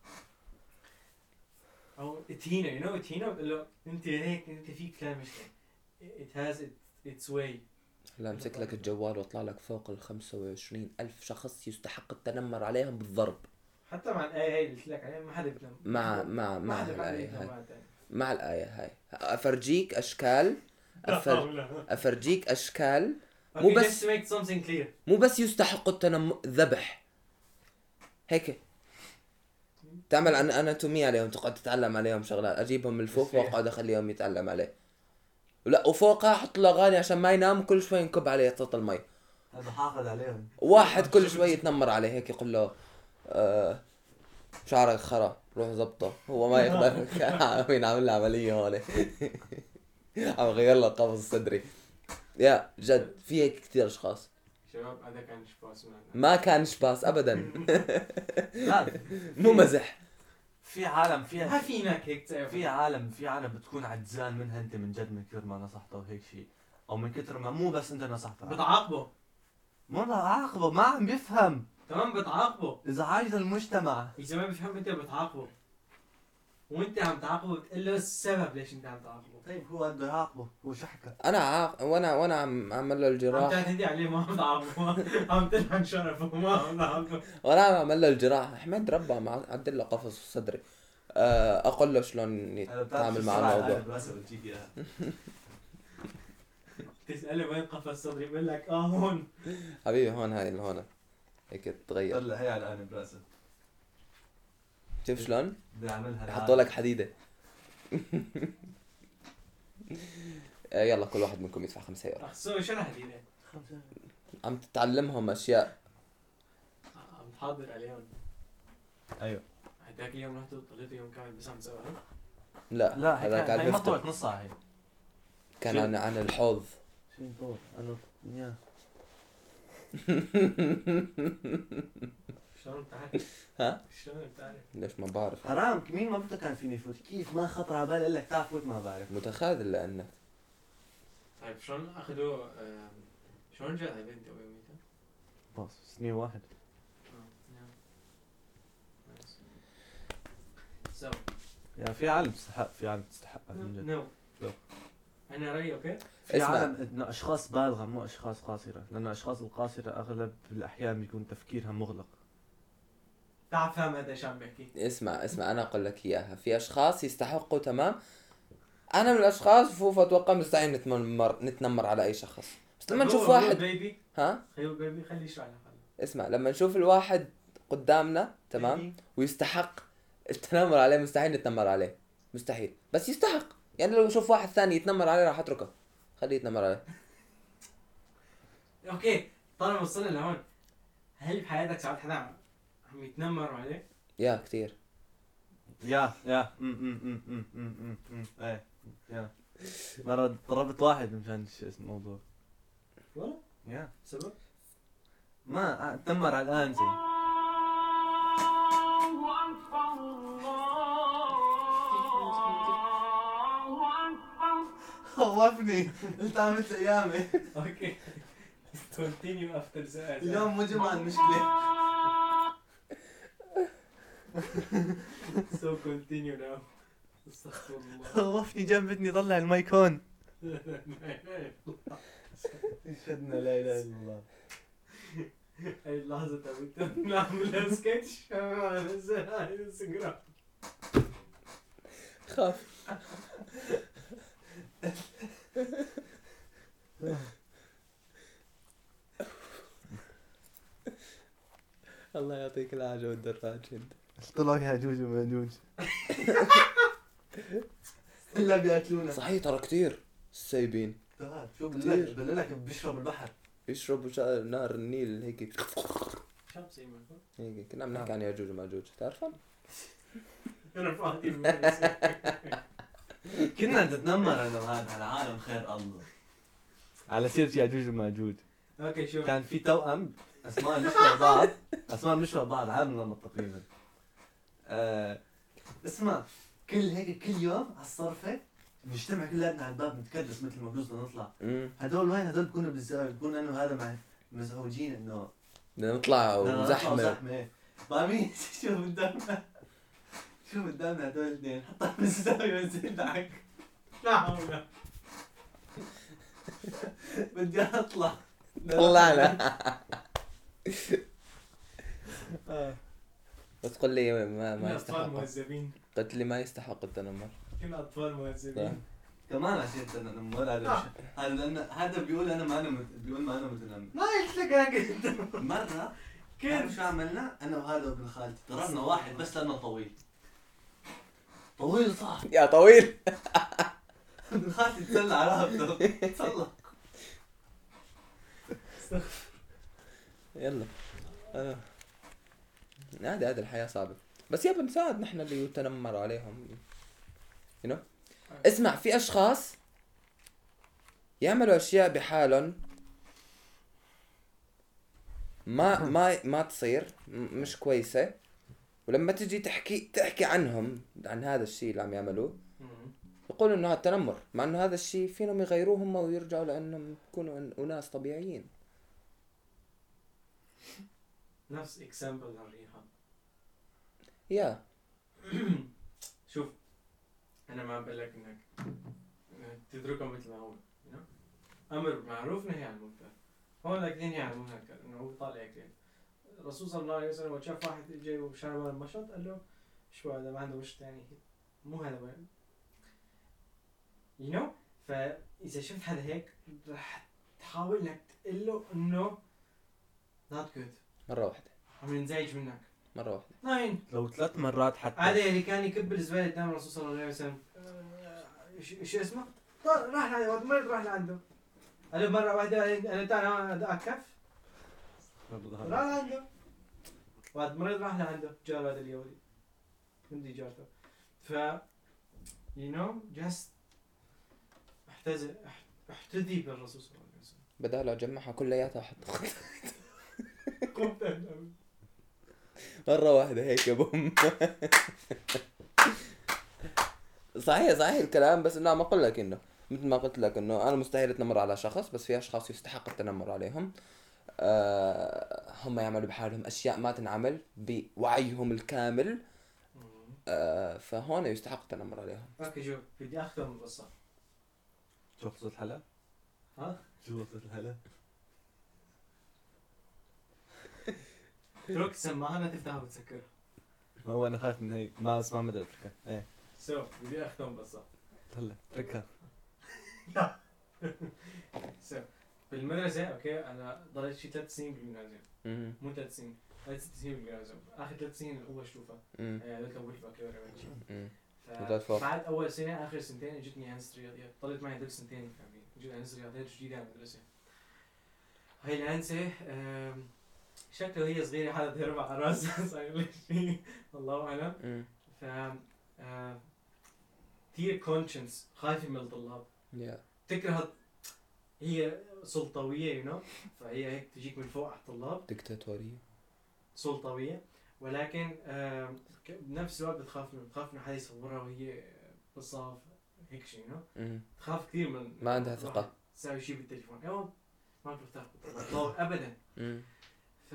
أو تهينه you know تهينه بتقول له أنت هيك أنت فيك فلان مشكلة. It has its its way. لا امسك لك الجوال واطلع لك فوق ال خمسة وعشرين ألف شخص يستحق التنمر عليهم بالضرب. حتى مع الآية هاي اللي قلت لك عليها ما حدا بيتنمر. مع مع ما مع حدا الآية بيتنمر هاي مع التاني. مع الآية هاي أفرجيك أشكال أفر... أفرجيك أشكال مو Okay, بس- just to make something clear. مو بس يستحقوا التنمر، ذبح هيك تعمل عن اناتومية عليهم، تقعد تتعلم عليهم شغلات، اجيبهم من الفوق واقعد اخليهم يتعلم عليه. لا وفوقها احط له اغاني عشان ما ينام، كل شوي ينكب عليه صوت المي. هذا حاقد عليهم. واحد كل شوي يتنمر عليه هيك يقول له آه شعرك خرا روح زبطه، هو ما يقدر. كان عامل له عمليه هون. عم غير له قفص صدري. يا جد في هيك كثير اشخاص. شباب هذا كان شباس معنا. ما كان شباس ابدا. لا مو مزح. في عالم ما فيها فينك هيك تسوي. في عالم في عالم بتكون عجزان منها انت من جد من كثر ما نصحته وهيك شيء، او من كثر ما مو بس انت نصحته، بتعاقبه. مو بعاقبه ما عم بيفهم، تمام بتعاقبه. اذا عايز المجتمع. إذا ما بيفهم أنت بتعاقبه. وأنت عم تعاقبه بتقول له السبب ليش أنت عم تعاقبه. طيب هو بده يعاقبه، هو شحكه. انا عاق... وانا وانا عم اعمل له عم الجراح، تعتدي عليه ما عم تعاقبه. عم تلعن شرفه ما عم تعاقبه. وانا عم اعمل له الجراح. احمد ربا مع عدل له قفص صدري. آه، اقول له شلون يتعامل مع الموضوع. تسأله وين قفص صدري بقول لك اه هون. حبيبي هون هاي اللي هون هيك تغير. طلع هي على الان براسه. شوف شلون بدي اعملها حطوا لك حديده. آه، يلا كل واحد منكم يدفع خمسة يورو. سوي شو الحديدة؟ عم تتعلمهم اشياء. عم تحضر عليهم. ايوه. هداك اليوم رحتوا طلعتوا يوم كامل بس عم تسوي. لا لا هذا هيك كان هي ما بيفتح. طلعت نص ساعه هي. كان عن عن الحوض. شو نطور انا يا شلون بتعرف؟ ها؟ شلون بتعرف؟ ليش ما بعرف. حرام مين ما بده كان فيني يفوت، كيف ما خطر على بالي اقول لك تعال فوت ما بعرف. متخاذل لانك طيب شلون اخذوا آم، شلون جاء البنت او يوميتها؟ باص سنين واحد. So, يا في عالم تستحق، في عالم تستحق من جد. no. No. أنا رأيي أوكي. في اسمع. عالم انه اشخاص بالغه مو اشخاص قاصره، لانه الاشخاص القاصره اغلب الاحيان بيكون تفكيرها مغلق. تعال فهم هذا ايش عم بحكي. اسمع اسمع انا اقول لك اياها. في اشخاص يستحقوا تمام. انا من الاشخاص فوف اتوقع مستحيل نتنمر نتنمر على اي شخص. بس لما نشوف واحد بيبي ها خيو بيبي خليه يشرح لك. اسمع لما نشوف الواحد قدامنا تمام ويستحق التنمر عليه مستحيل نتنمر عليه. مستحيل. بس يستحق. يعني لو نشوف واحد ثاني يتنمر عليه راح اتركه. خليه يتنمر عليه. اوكي طالما وصلنا لهون، هل بحياتك ساعات حدا عم يتنمر عليك؟ يا كثير. يا يا م م م م م م م ايه يا مرة ضربت واحد مشان شو اسم الموضوع. والله؟ يا سبب؟ ما تنمر على الانسي. خوفني انت عملت ايامي. اوكي continue after that. اليوم مو جمعة المشكلة. so continue now. استغفر الله. خوفني جنبتني طلع المايكون. شدنا لا اله الا الله. هاي اللحظة تبي نعملها سكتش ننزلها على الانستغرام. خاف. الله يعطيك العافية والدراج انت. طلعوا ياجوج وماجوج. الا بياكلونا. صحيح ترى كثير السايبين. تعال شو بقول بقول لك بيشرب البحر. يشربوا شا... نار النيل هيك. شو بصير منكم؟ هيك كنا عم نحكي عن ياجوج وماجوج تعرفهم؟ انا فاضي. كنا نتنمر انا وهذا على عالم خير الله. على سيرة ياجوج وماجوج. اوكي شو كان في توأم اسماء بنشبه بعض، اسماء بنشبه بعض عالم لما تقريبا. آه اسمع كل هيك كل يوم على الصرفة بنجتمع كلنا على الباب نتكدس مثل ما بجوز نطلع. امم هدول وين هدول بكونوا بالزاوية بكون انا وهذا مع مزعوجين انه بدنا نطلع وزحمة. زحمة. بامين شو قدامنا شو قدامنا هدول الاثنين حطها بالزاوية ونزل دعك. لا حول. بدي اطلع. طلعنا. بس قل لي ما ما كنا اطفال يستحق. مهذبين. قلت لي ما يستحق التنمر. كنا اطفال مهذبين. كمان عشان تنمر هذا هذا لأن هذا بيقول انا ما انا مت... بيقول ما انا متنمر. ما قلت لك انا قلت مرة كيف شو عملنا انا وهذا وابن خالتي ضربنا واحد بس لانه طويل. طويل صح. يا طويل. ابن خالتي تسلى على رقبته تسلى. يلا. آه. عادي هذه الحياة صعبة. بس يا بنساعد نحن اللي يتنمر عليهم. you know? اسمع في أشخاص يعملوا أشياء بحالهم ما ما ما تصير م- مش كويسة، ولما تجي تحكي تحكي عنهم عن هذا الشيء اللي عم يعملوه يقولوا إنه هذا تنمر، مع إنه هذا الشيء فينهم يغيروه هم ويرجعوا لأنهم يكونوا أن- أناس طبيعيين. نفس اكزامبل هالريحة. يا شوف انا ما بقول لك انك تتركه مثل ما هو. امر معروف نهي عن المنكر. هون لك نهي عن المنكر انه هو طالع يكذب. الرسول صلى الله عليه وسلم وقت شاف واحد اجى وشرب المشط قال له شو هذا ما عنده مشط يعني مو هذا وين you know. فاذا شفت هذا هيك رح تحاول انك تقول له انه not good. مرة واحدة. عم ينزعج منك. مرة واحدة. ناين. لو ثلاث مرات حتى. هذا اللي كان يكب الزبالة قدام الرسول صلى الله عليه وسلم. شو اسمه؟ راح لعنده وقت مرض راح لعنده. قال له مرة واحدة قال له تعال أكف. راح لعنده. وقت مرض راح لعنده جار هذا اليهودي. كنت جارته. ف you know just احتذي احتذي بالرسول صلى الله عليه وسلم. بدال أجمعها كلياتها وأحطها قمت مرة واحدة هيك يا بوم. صحيح صحيح الكلام، بس انه ما اقول لك انه مثل ما قلت لك انه انا مستحيل اتنمر على شخص، بس في اشخاص يستحق التنمر عليهم. أه هم يعملوا بحالهم اشياء ما تنعمل بوعيهم الكامل. أه فهون يستحق التنمر عليهم. اوكي شوف بدي اختم القصة. شو قصة الحلا؟ ها؟ شو قصة الحلا؟ اترك السماعة لا تفتحها وتسكرها. ما هو انا خايف من هي ما اسمع مدى اتركها ايه سو بدي اختم بس هلا اتركها. سو بالمدرسة اوكي انا ضليت شي ثلاث سنين بالجيمنازيوم، مم. مو ثلاث سنين، ضليت ست سنين بالجيمنازيوم، اخر ثلاث سنين الاولى اشوفها مم. ضليت اول بكالوريا ولا شيء. مم. ف- وضلت فوق. بعد اول سنة اخر سنتين اجتني هندسة رياضيات، ضليت معي هدول سنتين كاملين، اجت هندسة رياضيات جديدة على المدرسة. هاي الهندسة آم، شكله هي صغيرة حدا تهرب على راسها صاير لي شيء الله اعلم. مم. ف آه، كثير كونشنس خايفة من الطلاب، يا تكره هي سلطوية يو نو، فهي هيك تجيك من فوق على الطلاب دكتاتورية. سلطوية، ولكن آم، ك- بنفس الوقت بتخاف منه، بتخاف انه حدا يصورها وهي بالصاف هيك شيء يو نو، مم. بتخاف كثير من ما عندها ثقة. تساوي شيء بالتليفون، ايوه ما برتاح بالطلاب ابدا. مم. ف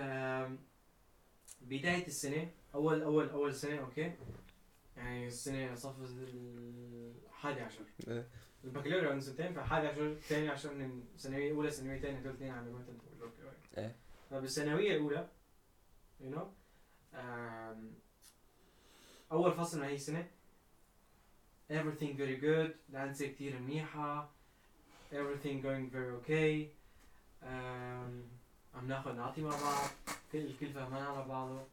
بداية السنة أول أول أول سنة أوكي، يعني السنة صف الحادي عشر إيه. البكالوريا من سنتين، فحادي عشر ثاني عشر من ثانوية أولى ثانوية ثانية ثالث اثنين على ما تنتهي البكالوريا. إيه. فبالثانوية الأولى you know آم، أول فصل من هي السنة everything very good، الهندسة كتير منيحة everything going very okay، آم، عم ناخذ نعطي مع بعض، كل الكل فهمان على بعضه.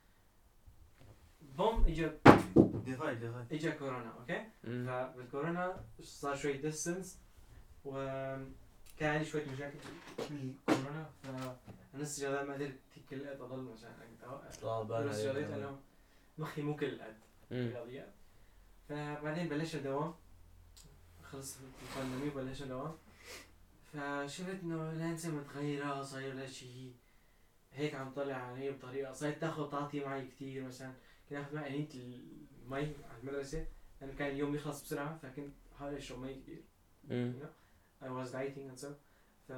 بوم اجى ديفاي ديفاي اجى كورونا اوكي. مم. فبالكورونا صار شوي ديستنس وكان عندي شوية مشاكل بالكورونا، فنص الرياضيات ما قدرت كل القد اضل مثلا نص الرياضيات لانه مخي مو كل القد مم. الرياضيات. فبعدين بلشنا دوام، خلص البانديمية بلشنا دوام، فشفت انه الهندسة متغيرة، صاير لها شيء هيك عم طلع علي بطريقة، صارت تاخذ تعطي معي كتير. مثلا كنت اخذ معي انية المي على المدرسة لأنه كان اليوم يخلص بسرعة، فكنت حاول اشرب مي كتير. مم. I was dieting and so ف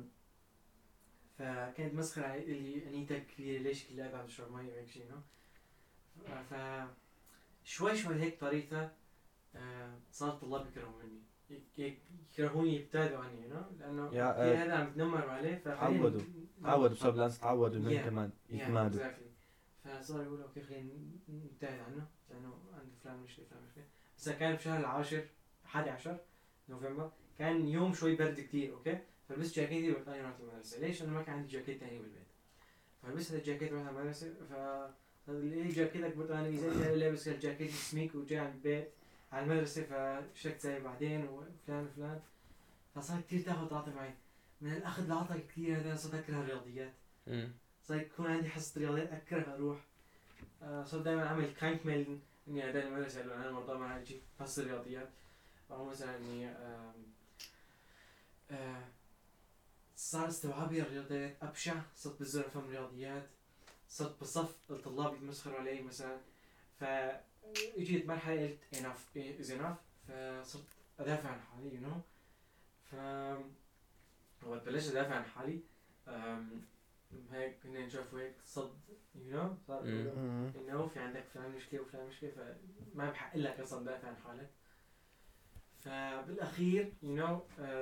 فكانت مسخرة علي اللي انيتك كبيرة ليش كل قاعد عم تشرب مي وهيك شيء نو. ف شوي شوي هيك طريقة آه، صار الطلاب يكرهوا مني، هيك يكرهوني يبتعدوا عني يو نو، لأنه يا- في هذا عم يتنمروا عليه فخلينا تعودوا. تعودوا بسبب لانس تعودوا انه Yeah. كمان Yeah, يتمادوا. exactly. فصار يقول اوكي خلينا نبتعد عنه لانه عنده فلان مشكله فلان مشكله. بس كان بشهر العاشر حادي عشر نوفمبر، كان يوم شوي برد كتير اوكي، فلبست جاكيتي وطلعت رحت المدرسه. ليش؟ انا ما كان عندي جاكيت ثاني بالبيت، فلبست هذا الجاكيت ورحت على المدرسه. ف اللي جاكيتك برتقالي زي انا لابس الجاكيت سميك وجاي على البيت على المدرسه، فشكت زي بعدين وفلان وفلان. فصار كتير تاخذ تعاطي معي من الاخذ العطاء كثير. هذا صرت اكره الرياضيات، مم. صار يكون عندي حصة رياضيات أكره أروح. آه صرت دائما أعمل كاينك ميل إني أداني المدرسة لأنه أنا مرضى مع هالشيء حصة رياضيات، أو مثلا إني آم، آه صار استوعابي الرياضيات أبشع. صرت بزر أفهم رياضيات، صرت بصف الطلاب يتمسخروا علي مثلا. فإجيت مرحلة قلت enough is enough، فصرت أدافع عن حالي you know. ف وقت بلشت أدافع عن حالي آم، هيك كنا نشوف هيك صد يو نو صار مم. يقولوا انه في عندك فلان مشكله وفلان مشكله، فما بحق لك اصلا تدافع عن حالك. فبالاخير يو نو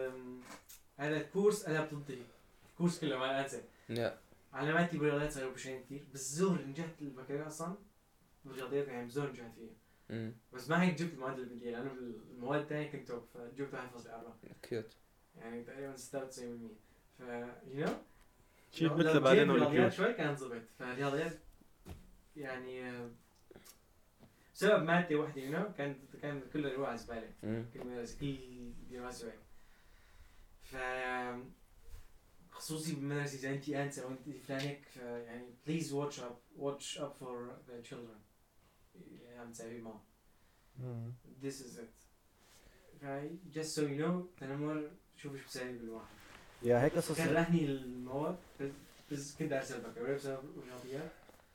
هذا الكورس انا بتنتهي الكورس كله ما انسى. يا علاماتي بالرياضيات صاروا بشين كثير. بالزهر نجحت البكالوريا اصلا بالرياضيات، يعني بالزهر نجحت فيها، مم. بس ما هيك جبت المواد اللي بدي، لانه بالمواد الثانيه كنت توب، فجبت واحد فاصلة أربعة كيوت. يعني تقريبا ستة وتسعين بالمية. ف يو نو شيء لو- مثل لو بعدين جيت ولا بالرياضيات كيف؟ شوي كان ضبط. فالرياضيات يعني آه، بسبب مادة واحدة يو نو كان كان كله يروح على الزبالة، مم. كل مدرسة كل دراسة هيك. ف خصوصي بالمدرسة إذا أنت أنسة وأنت فلانك، يعني please watch up watch up for the children يعني عم تسوي معه. This is it. ف just so you know تنمر شوف ايش بسوي بالواحد. يا هيك قصص. كرهني المواد بس كنت ارسل بكالوريا بسبب الرياضيات،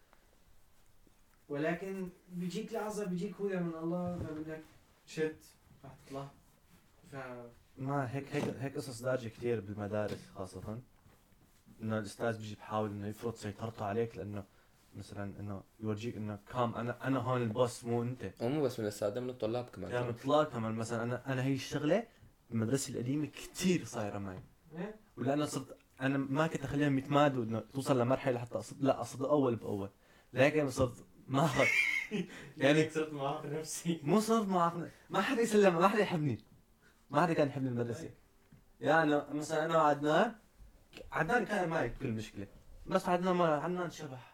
ولكن بيجيك لحظة بيجيك هدى من الله فبدك شت رح تطلع. ف ما هيك هيك هيك قصص دارجة كتير بالمدارس خاصة، انه الاستاذ بيجي بحاول انه يفرض سيطرته عليك، لانه مثلا انه يورجيك انه كام انا انا هون البوس مو انت. ومو بس من السادة، من الطلاب كمان. يعني اطلاق كمان مثلا انا انا هي الشغله بالمدرسه القديمه كتير صايره معي، إيه؟ ولانه صرت انا ما كنت اخليهم يتمادوا انه توصل لمرحله حتى أصد لا اصد اول باول، لكن صرت ما أخذ يعني صرت معاق نفسي. مو صرت معاق، ما حدا يسلم، ما حدا يحبني، ما حدا كان يحبني المدرسة. يعني أنا مثلا أنا وعدنان، عدنان كان معي بكل مشكلة، بس عدنان ما عدنان شبح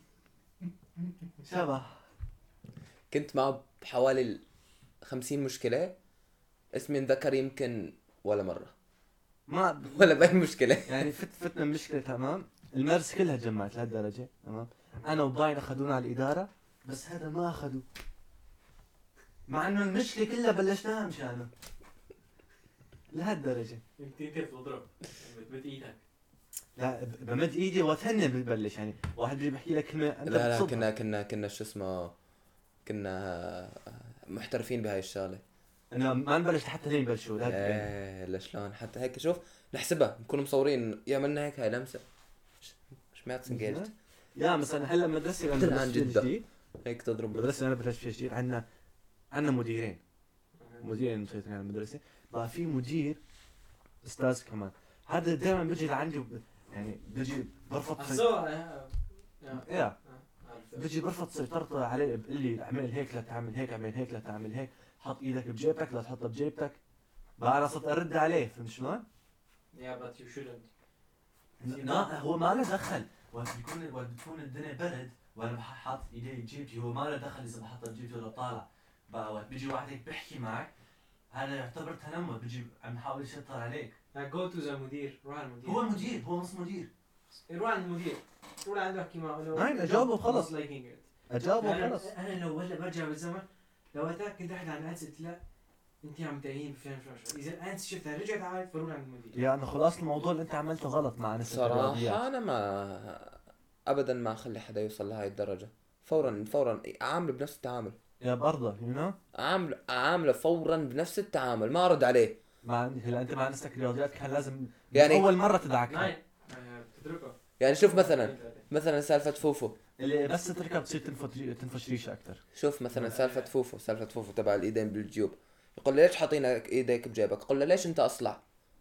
شبح. كنت معه بحوالي خمسين مشكلة، اسمي انذكر يمكن ولا مرة ما ولا بأي مشكلة. يعني فت فتنا المشكلة تمام، المدرسة كلها تجمعت لهالدرجة تمام. أنا وباين أخذونا على الإدارة، بس هذا ما أخذوا، مع إنه المشكلة كلها بلشناها مشانه لهالدرجة. انت انت بتضرب بتمد ايدك. لا ب- بمد إيدي وتهنى ببلش، يعني واحد بيجي بحكي لك كلمة أنت لا لا بتصدها. كنا كنا كنا شو اسمه كنا محترفين بهاي الشغلة. إنه ما نبلش حتى هين بلشوا لهالدرجة. ايه لا شلون حتى هيك شوف نحسبها نكون مصورين يا عملنا هيك هاي لمسة مش مش مات سنجلت يا مثلا هلا مدرسة أنا طلع عن بلشت فيها جدة. جديد، هيك تضرب. مدرسة أنا بلشت فيها جديد، عندنا عندنا مديرين، مديرين مسيطرين على المدرسة. بقى في مدير أستاذ كمان، هذا دائما بيجي لعندي وب- يعني بيجي برفض سي... الصور يا بيجي برفض سيطرته علي، بقول لي اعمل هيك لا تعمل هيك، اعمل هيك لا تعمل هيك، حط ايدك بجيبك لا تحطها بجيبتك. بقى انا صرت ارد عليه، فهمت شلون؟ Yeah, but you shouldn't. لا هو ما له دخل، وقت بيكون وقت بتكون الدنيا برد وانا حاطط ايدي بجيبتي، هو ما له دخل اذا بحطها بجيبتي ولا طالع. بقى وقت بيجي واحد هيك بيحكي معك، هذا يعتبر تنمر، بيجي عم يحاول يسيطر عليك. Now go to the مدير، روح على المدير. هو المدير، هو نص مدير. روح على المدير، روح عنده احكي معه. لو نعم، أجاوبه وخلص. He's liking it. اجاوبه أنا خلص. أنا لو هلا برجع بالزمن، لو وقتها كنت رحت على الأنس قلت لا أنت عم تاين فين شو شو. إذا الأنس شفتها رجعت عاد فروح عند المدير. يعني خلاص الموضوع اللي انت عملته غلط مع نسبة الرياضيات. صراحة أنا ما أبدا ما أخلي حدا يوصل لهاي الدرجة. فورا فورا أعامله بنفس التعامل، يا برضه يو نو أعامله أعامله فورا بنفس التعامل، ما أرد عليه. مع هلا انت مع نفسك رياضيات كان لازم يعني- يعني اول مره تدعك ناين بتتركه. يعني شوف مثلا مثلا سالفة فوفو، اللي بس تتركها بتصير تنفش تنفش ريشه اكثر. شوف مثلا سالفة فوفو سالفة فوفو تبع الإيدين بالجيوب، يقول لي ليش حاطين إيديك بجيبك؟ أقول له ليش أنت أصلع؟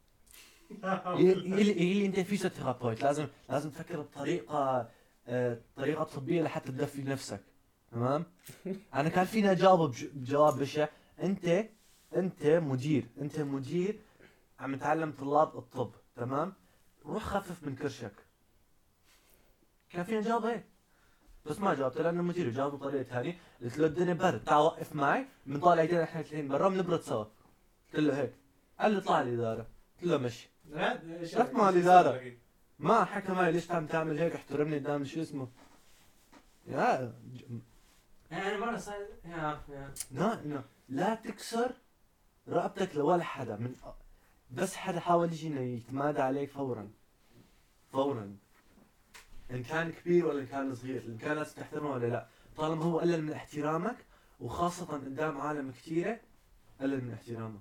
اللي اللي انت فيزيوثيرابيوت لازم لازم تفكر بطريقه آه، طريقه طبيه لحتى تدفي نفسك تمام. انا كان فينا جاوب بج- بجواب بشع، انت انت مدير انت مدير عم تعلم طلاب الطب تمام، روح خفف من كرشك. كان فينا جواب هيك بس ما جاوبت لانه مدير جاوب بطريقه ثانيه. قلت له الدنيا برد، تعال وقف معي بنطالع ايدينا احنا الاثنين برا بنبرد سوا. قلت له هيك، قال لي اطلع على الاداره. قلت له مشي. رحت مع الإدارة. ما حكى معي ليش عم تعمل هيك، احترمني قدام شو اسمه. يا ج- أنا مرة صار يا يا لا لا لا تكسر رقبتك لولا حدا، من بس حدا حاول يجي انه يتمادى عليك فورا فورا، ان كان كبير ولا ان كان صغير، ان كان لازم تحترمه ولا لا. طالما هو قلل من احترامك وخاصة قدام عالم كثيرة، قلل من احترامك.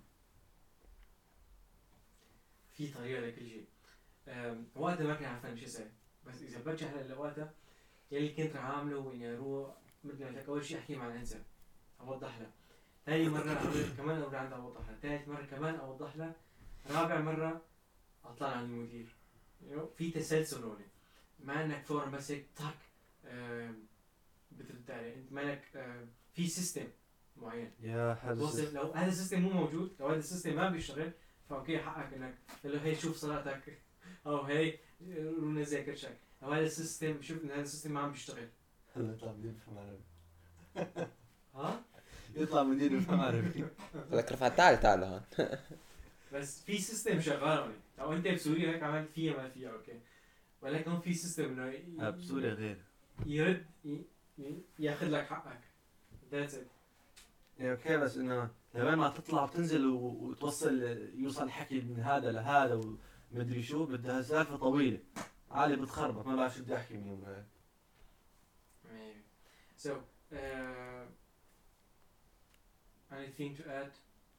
في طريقة لكل شيء. أم، وقتها ما كان عارفين شو اسوي، بس إذا برجع هلا لوقتها يلي كنت رح أعمله وإني أروح مثل ما قلت لك أول شيء أحكي مع الإنسان، أوضح له. ثاني مرة أعمل كمان أروح عندها أوضح له، ثالث مرة كمان أوضح له، رابع مرة أطلع عند المدير. you know، في تسلسل هون، ما إنك فورا بس هيك طاق أم، بترد عليه، أنت مالك أم، في سيستم معين. يا حلو. توصل لو هذا السيستم مو موجود، لو هذا السيستم ما بيشتغل، فاوكي حقك انك تقول له هي شوف صلاتك او هي نزل كرشك. لو هذا السيستم شوف ان هذا السيستم ما عم بيشتغل، هلا يطلع مدير بفهم عربي. ها يطلع مدير بفهم عربي. لك رفعت تعال تعال هون. بس في سيستم شغال هون. لو انت بسوريا هيك عملت فيها ما فيها اوكي، ولكن هون في سيستم انه ي- بسوريا غير. يرد ي- ي- ياخذ لك حقك. ذاتس ات. يعني اوكي بس انه لوين ما تطلع وتنزل و- وتوصل يوصل الحكي من هذا لهذا ومدري شو، بدها سالفه طويله عالي بتخربط، ما بعرف شو بدي احكي من يوم هاي. So, uh, anything to add?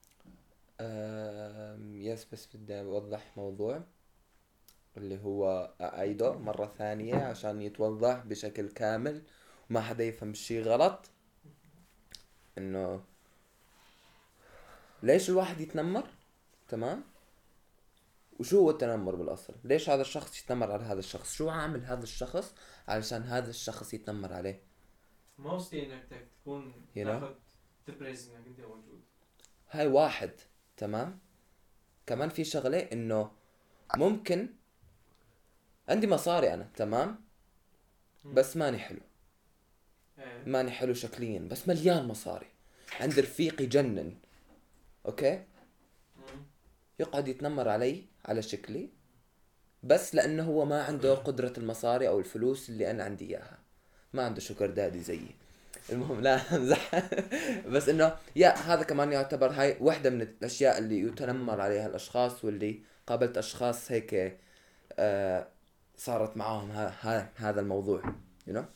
أم، يس بس بدي أوضح موضوع اللي هو أعيده مرة ثانية عشان يتوضح بشكل كامل وما حدا يفهم الشي غلط. إنه ليش الواحد يتنمر؟ تمام؟ وشو هو التنمر بالأصل؟ ليش هذا الشخص يتنمر على هذا الشخص؟ شو عامل هذا الشخص علشان هذا الشخص يتنمر عليه؟ موستي انك تك- تكون You know? تاخذ تبرز انك انت موجود. هاي واحد. تمام. كمان في شغلة انه ممكن عندي مصاري انا تمام بس ماني حلو ايه ماني حلو شكليا بس مليان مصاري. عندي رفيق يجنن اوكي مم. يقعد يتنمر علي على شكلي بس لانه هو ما عنده قدرة المصاري او الفلوس اللي انا عندي اياها. ما عنده شوكر دادي زيي. المهم لا امزح. بس انه يا هذا كمان يعتبر هاي واحدة من الاشياء اللي يتنمر عليها الاشخاص واللي قابلت اشخاص هيك آه صارت معاهم ها ها هذا الموضوع you know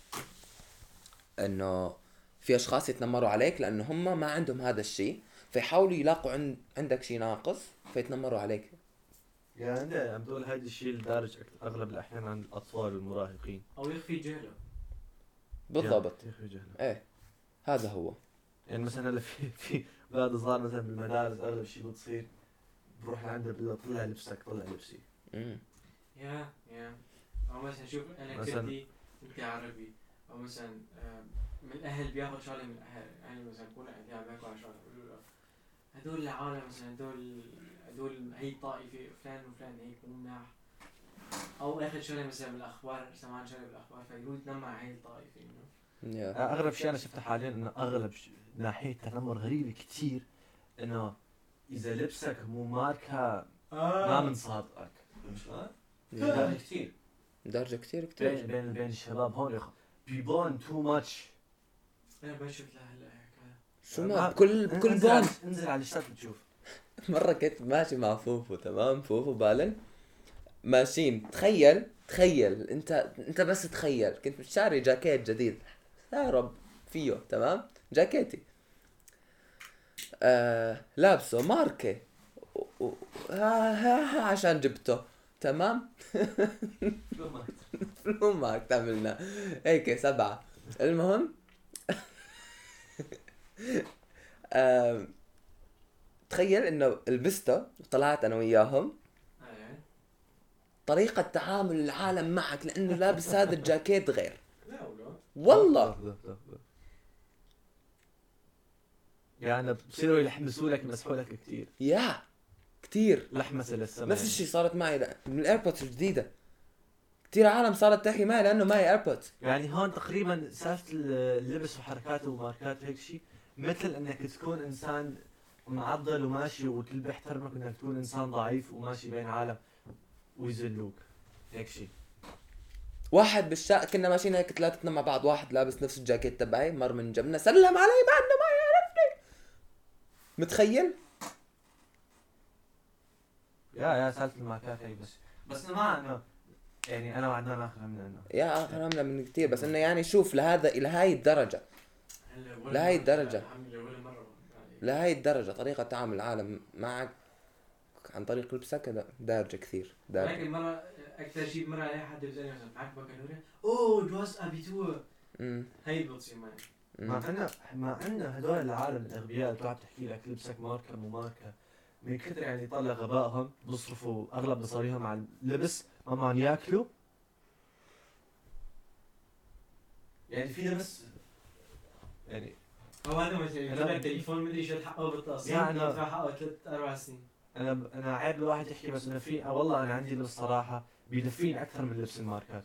انه في اشخاص يتنمروا عليك لانه هم ما عندهم هذا الشيء فيحاولوا يلاقوا عند عندك شيء ناقص فيتنمروا عليك. يعني عندي عم تقول هذا الشيء الدارج أك- اغلب الاحيان عند الاطفال والمراهقين. او يخفي جهله. بالضبط. يا أخي جهنم. ايه هذا هو. يعني مثلا هلا في في اولاد صغار مثلا بالمدارس اغلب شيء بتصير بروح لعنده بقول له طلع لبسك طلع لبسي. امم يا يا او مثلا شوف انا مثلاً- كردي انت عربي، او مثلا آه، من الاهل بياخذ شغله من الاهل، يعني مثلا يكون اهلي عم بيحكوا على شغله بيقولوا له هدول العالم مثلا هدول هدول هي طائفه فلان وفلان هيك مو مناح، او اخذ شغله مثلا بالاخبار سمعان شغله بالاخبار فيقولوا يتنمر على هي الطائفه انه يا اغلب شيء انا شفته حاليا انه اغلب ش- ناحيه تنمر غريبه كثير انه اذا لبسك مو ماركه ما من صادقك. فهمت شلون؟ يا. هذا كثير درجة كتير بين كتير. بين بين الشباب هون يخ- بيبون تو ماتش. انا بشوف لهلا هيك شو ما بكل بكل بون. انزل على الشات بتشوف. مرة كنت ماشي مع فوفو تمام فوفو بالن ماشيين تخيل تخيل انت انت بس تخيل كنت شاري جاكيت جديد استغرب فيه تمام جاكيتي آه لابسه ماركة و... و... ها ها ها عشان جبته تمام فلو مارك تعملنا هيك سبعة. المهم آه تخيل انه لبسته وطلعت انا وياهم ايه طريقة تعامل العالم معك لانه لابس هذا الجاكيت غير لا ولا والله. يعني بصيروا يحمسوا لك يمسحوا لك كثير يا كتير لحمسه للسما. نفس الشيء صارت معي ل- من الايربودز الجديدة. كتير عالم صارت تحكي معي لانه معي ايربودز. يعني هون تقريبا سالفه اللبس وحركاته وماركات هيك شيء مثل انك تكون انسان معضل وماشي والكل بيحترمك انك تكون انسان ضعيف وماشي بين عالم ويذلوك هيك شيء. واحد بالشارع كنا ماشيين هيك ثلاثتنا مع بعض واحد لابس نفس الجاكيت تبعي مر من جنبنا سلم علي بعدنا ما يعرفني. متخيل؟ يا يا سالفه الماركات هي بس بس ما انه يعني انا وعدنا ناخذ منه انه يا اخر عمله من كتير بس انه يعني شوف لهذا الى هاي الدرجة هلا ولا لهي مرة- الدرجة. الحمد لله ولا مره يعني لهاي الدرجة طريقة تعامل العالم معك عن طريق لبسك دا- دارجة كثير دارجة. لكن مرة أكثر شيء مرة أي حد بيسألني مثلا معك بكالوريا أوه جواز أبيتور امم هاي اللي بتصير معي. ما عندنا ما عندنا هدول العالم الاغبياء اللي بتقعد تحكي لك لبسك ماركه مو ماركه من كثر يعني طلع غبائهم بيصرفوا اغلب مصاريهم على اللبس ما معهم ياكلوا. يعني في لبس يعني هو هذا مثلا يجيب لك تليفون مدري شو حقه بالتصميم يعني- يدفع حقه ثلاث أربع سنين. انا انا عيب الواحد يحكي بس انه في آه والله انا عندي لبس صراحه بيدفيني اكثر من لبس الماركات.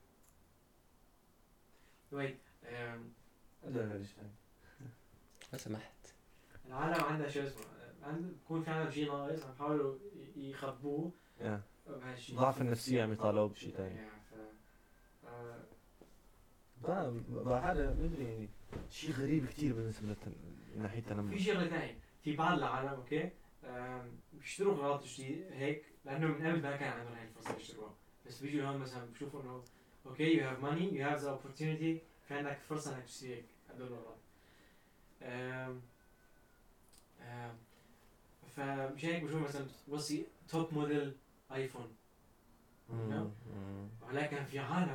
ويت أم، هذا ليش ثاني ما سمحت. العالم عندها شو اسمه عند بكون في عندهم شيء ناقص عم يحاولوا ي- يخبوه يا بهالشيء. ضعف النفسيه عم يطالعوا بشيء ثاني. يعني ف آه، بقى بقى هذا مدري يعني شيء غريب كثير بالنسبه للتن- من ناحيه في التنمر. شغله ثانيه في بعض العالم اوكي أم، بيشتروا اغراض جديد هيك لانه من قبل ما كان عندهم هاي الفرصه يشتروها، بس بيجوا هون مثلا بشوفوا انه اوكي يو هاف ماني يو هاف ذا opportunity في عندك فرصه انك تشتري هيك هدول الاغراض. أم، أم، فمش هيك بشوف مثلا وصي توب موديل ايفون، مم. مم. ولكن في عالم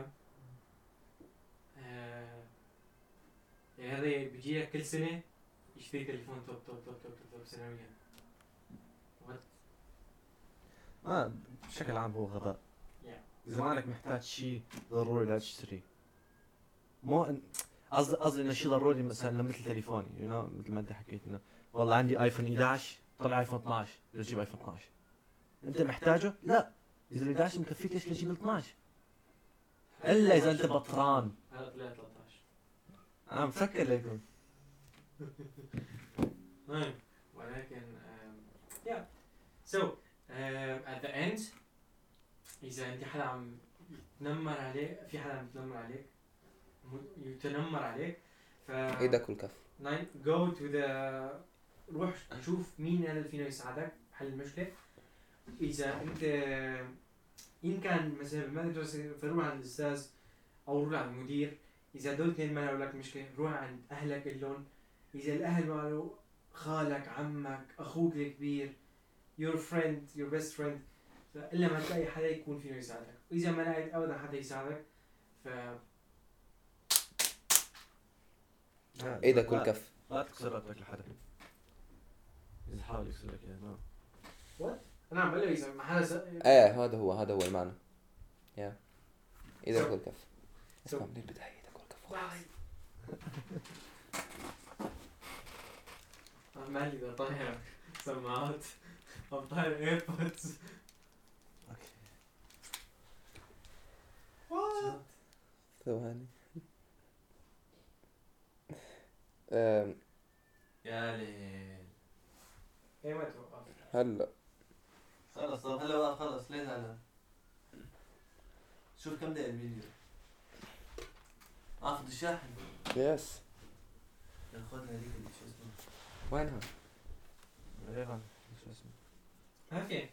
آه، يعني هذا بيجي لك كل سنه يشتري تليفون توب توب توب توب توب, توب سنويا. ما بشكل عام هو غباء. Yeah. اذا مالك محتاج شيء ضروري لا تشتري. مو إن- قصدي قصدي انه شيء ضروري مثلا مثل تليفوني يو نو مثل ما انت حكيت انه والله عندي ايفون احد عشر طلع ايفون اثناشر بدي اجيب ايفون اثناشر. انت محتاجه؟ لا. اذا ال احد عشر مكفيك ليش تجيب ال اثناشر؟ الا اذا انت بطران. هلا طلع ثلاثة عشر. انا مسكر لكم. طيب ولكن um, yeah so uh, at the end إذا أنت حدا عم يتنمر عليك في حدا عم يتنمر عليك م- يتنمر عليك ف ايدك والكف. nine go to the روح شوف مين اللي فينا يساعدك بحل المشكلة. إذا أنت إن كان مثلا بالمدرسة فروح عند الأستاذ أو روح عند المدير. إذا دول اثنين ما لك مشكلة روح عند أهلك اللون. إذا الأهل ما له خالك عمك أخوك الكبير your friend your best friend إلا ما تلاقي حدا يكون فيه يساعدك. وإذا ما لقيت أبدا حدا يساعدك ف ايدك والكف. لا تكسر رقبتك لحدا اذا حاول يكسر لك اياها. أنا عم بقول لك إذا ما حدا س... ايه هذا هو هذا هو المعنى. يا ايدك والكف. اسمع من البداية ايدك والكف. مالي إذا طاير سماعات أو طاير إيربودز. ثواني. أم، يا ليل. إيه ما توقف. هلا خلص طب هلا بقى خلص ليه زعلان؟ شوف كم دقيقة الفيديو. اخذ الشاحن. يس ناخذ هذيك اللي شو اسمه. وينها؟ غيرها شو اسمه. ما في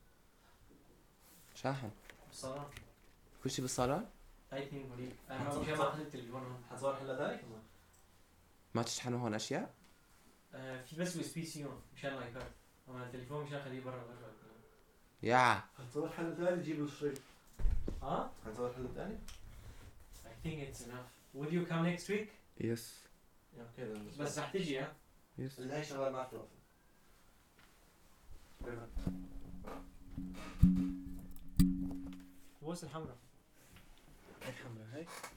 شاحن بصراحة كل شي بالصالة؟ أي اثنين هوليك. أنا أول شيء ما أخذ التليفون هون. حتصور حلا ثاني كمان؟ ما تشحنوا هون اشياء؟ آه في بس يو اس بي سي هون مشان لايكات. أما التليفون مشان خليه برا برا. يا حتصور حلا ثاني جيب الشريط. ها؟ حتصور حلا ثاني؟ I think it's enough. Would you come next week? يس اوكي بس رح تجي ها؟ يس اللي هي شغال معك توقف. بوس الحمراء. هيك حمرا هيك.